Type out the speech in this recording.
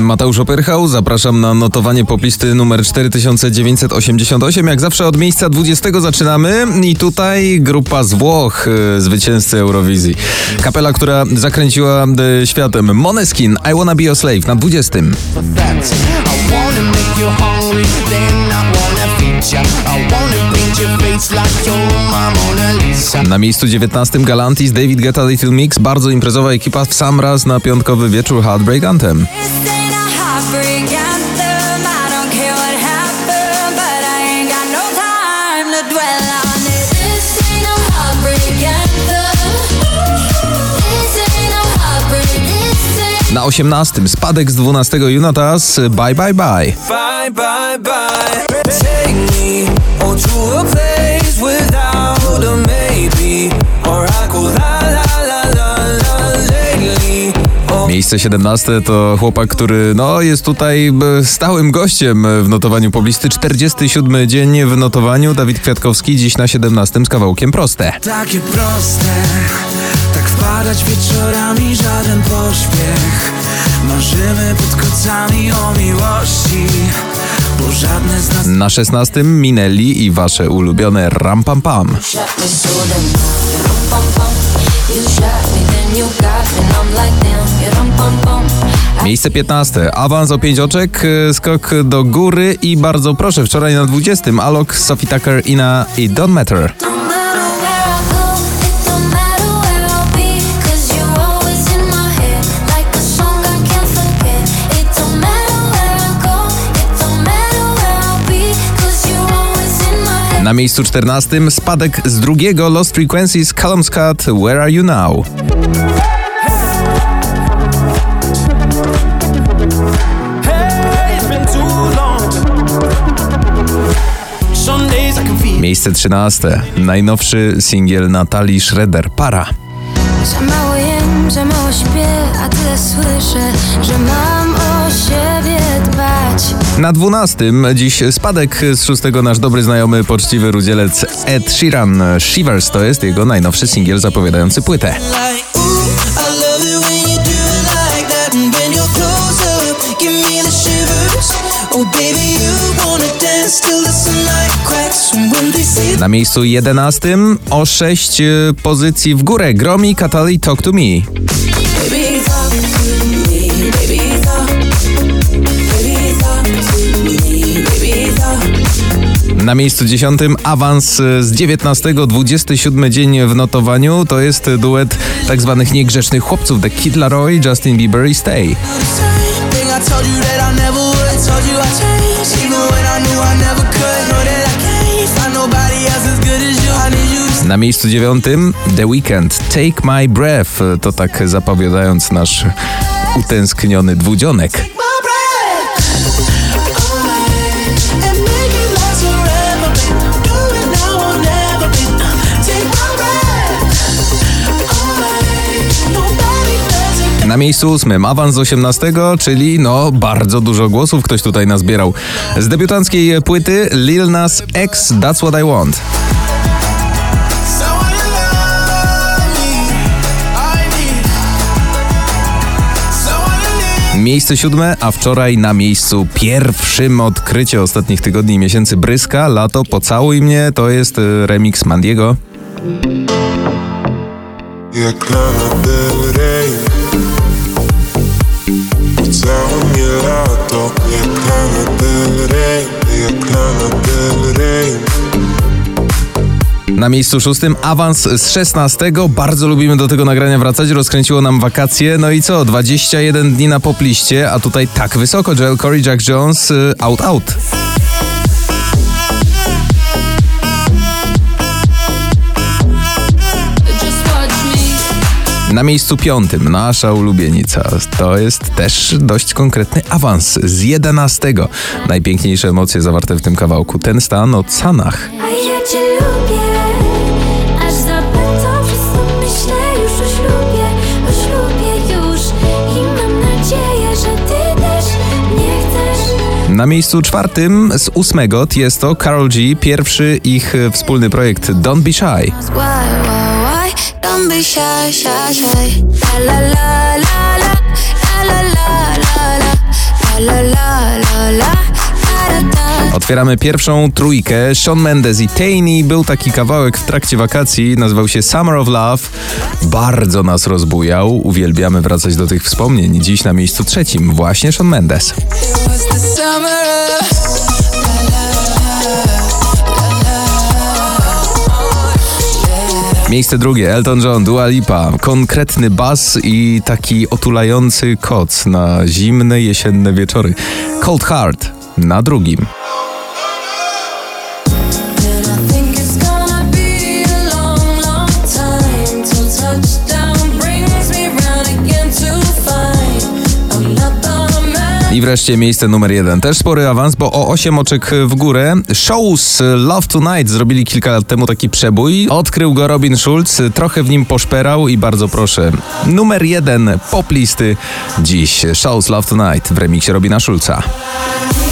Mateusz Opyrchał. Zapraszam na notowanie poplisty numer 4988. Jak zawsze od miejsca 20 zaczynamy i tutaj grupa z Włoch, zwycięzcy Eurowizji. Kapela, która zakręciła światem. Måneskin, I Wanna Be Your Slave na 20. Na miejscu 19 Galantis, David Guetta, Little Mix. Bardzo imprezowa ekipa w sam raz na piątkowy wieczór Heartbreak Anthem. Na 18 spadek z 12 Junotas, Bye Bye Bye. Bye, bye, bye. Take me to a place without a maybe, or I go la la la la la lately. Miejsce 17 to chłopak, który jest tutaj stałym gościem w notowaniu poblisty. 47 dzień w notowaniu. Dawid Kwiatkowski dziś na 17 z kawałkiem Proste. Takie proste, tak wpadać wieczorami, żaden pośpiech. Marzymy pod kocami o miłości, bo żadne z nas... Na 16 Minelli i wasze ulubione Ram Pam Pam. Miejsce 15. Awans o 5 oczek, skok do góry i bardzo proszę, wczoraj na 20. Alok, Sophie Tucker i na It Don't Matter. Na miejscu 14 spadek z drugiego Lost Frequencies, Callum Scott, Where Are You Now? Miejsce 13. Najnowszy singiel Natalii Schroeder, Para. Za mało jem, za mało śpię, a tyle słyszę, że mam o siebie dbać. Na 12 dziś spadek z 6 nasz dobry znajomy, poczciwy rudzielec Ed Sheeran. Shivers to jest jego najnowszy singiel zapowiadający płytę. Na miejscu 11 o 6 pozycji w górę Gromi, Katali, Talk to Me. Na miejscu 10 awans z 19, 27 dzień w notowaniu. To jest duet tak zwanych niegrzecznych chłopców The Kid Laroi, Justin Bieber i Stay. Na miejscu 9 The Weeknd, Take My Breath, to tak zapowiadając nasz utęskniony dwudzionek. Na miejscu 8 awans z 18, czyli bardzo dużo głosów ktoś tutaj nazbierał. Z debiutanckiej płyty Lil Nas X, That's What I Want. Miejsce 7, a wczoraj na miejscu pierwszym odkrycie ostatnich tygodni i miesięcy Bryska, Lato, Pocałuj mnie, to jest remix Mandiego. Jak Lana Del Rey, pocałuj mnie lato, jak Lana Del Rey, jak Lana Del Rey. Na miejscu 6 awans z 16. Bardzo lubimy do tego nagrania wracać. Rozkręciło nam wakacje. No i co? 21 dni na popliście, a tutaj tak wysoko. Joel Corey, Jack Jones, Out Out. Na miejscu 5 nasza ulubienica. To jest też dość konkretny awans z 11. Najpiękniejsze emocje zawarte w tym kawałku. Ten stan od Sanach. A ja cię lubię, aż zapędzą wszystko myślę już o ślubie już i mam nadzieję, że ty też mnie chcesz. Na miejscu 4 z 8 jest to Karol G, pierwszy ich wspólny projekt Don't Be Shy. Don't be shy, shy, shy. La la la la la la la la la. La la la la la. Otwieramy pierwszą trójkę. Shawn Mendes i Tainy. Był taki kawałek w trakcie wakacji, nazywał się Summer of Love. Bardzo nas rozbujał. Uwielbiamy wracać do tych wspomnień. Dziś na miejscu trzecim właśnie Shawn Mendes. Miejsce drugie, Elton John, Dua Lipa. Konkretny bas i taki otulający koc na zimne, jesienne wieczory. Cold Heart na drugim. I wreszcie miejsce numer 1. Też spory awans, bo o 8 oczek w górę. Shows Love Tonight zrobili kilka lat temu taki przebój. Odkrył go Robin Schulz, trochę w nim poszperał i bardzo proszę. Numer 1 pop listy dziś. Shows Love Tonight w remiksie Robina Schulza.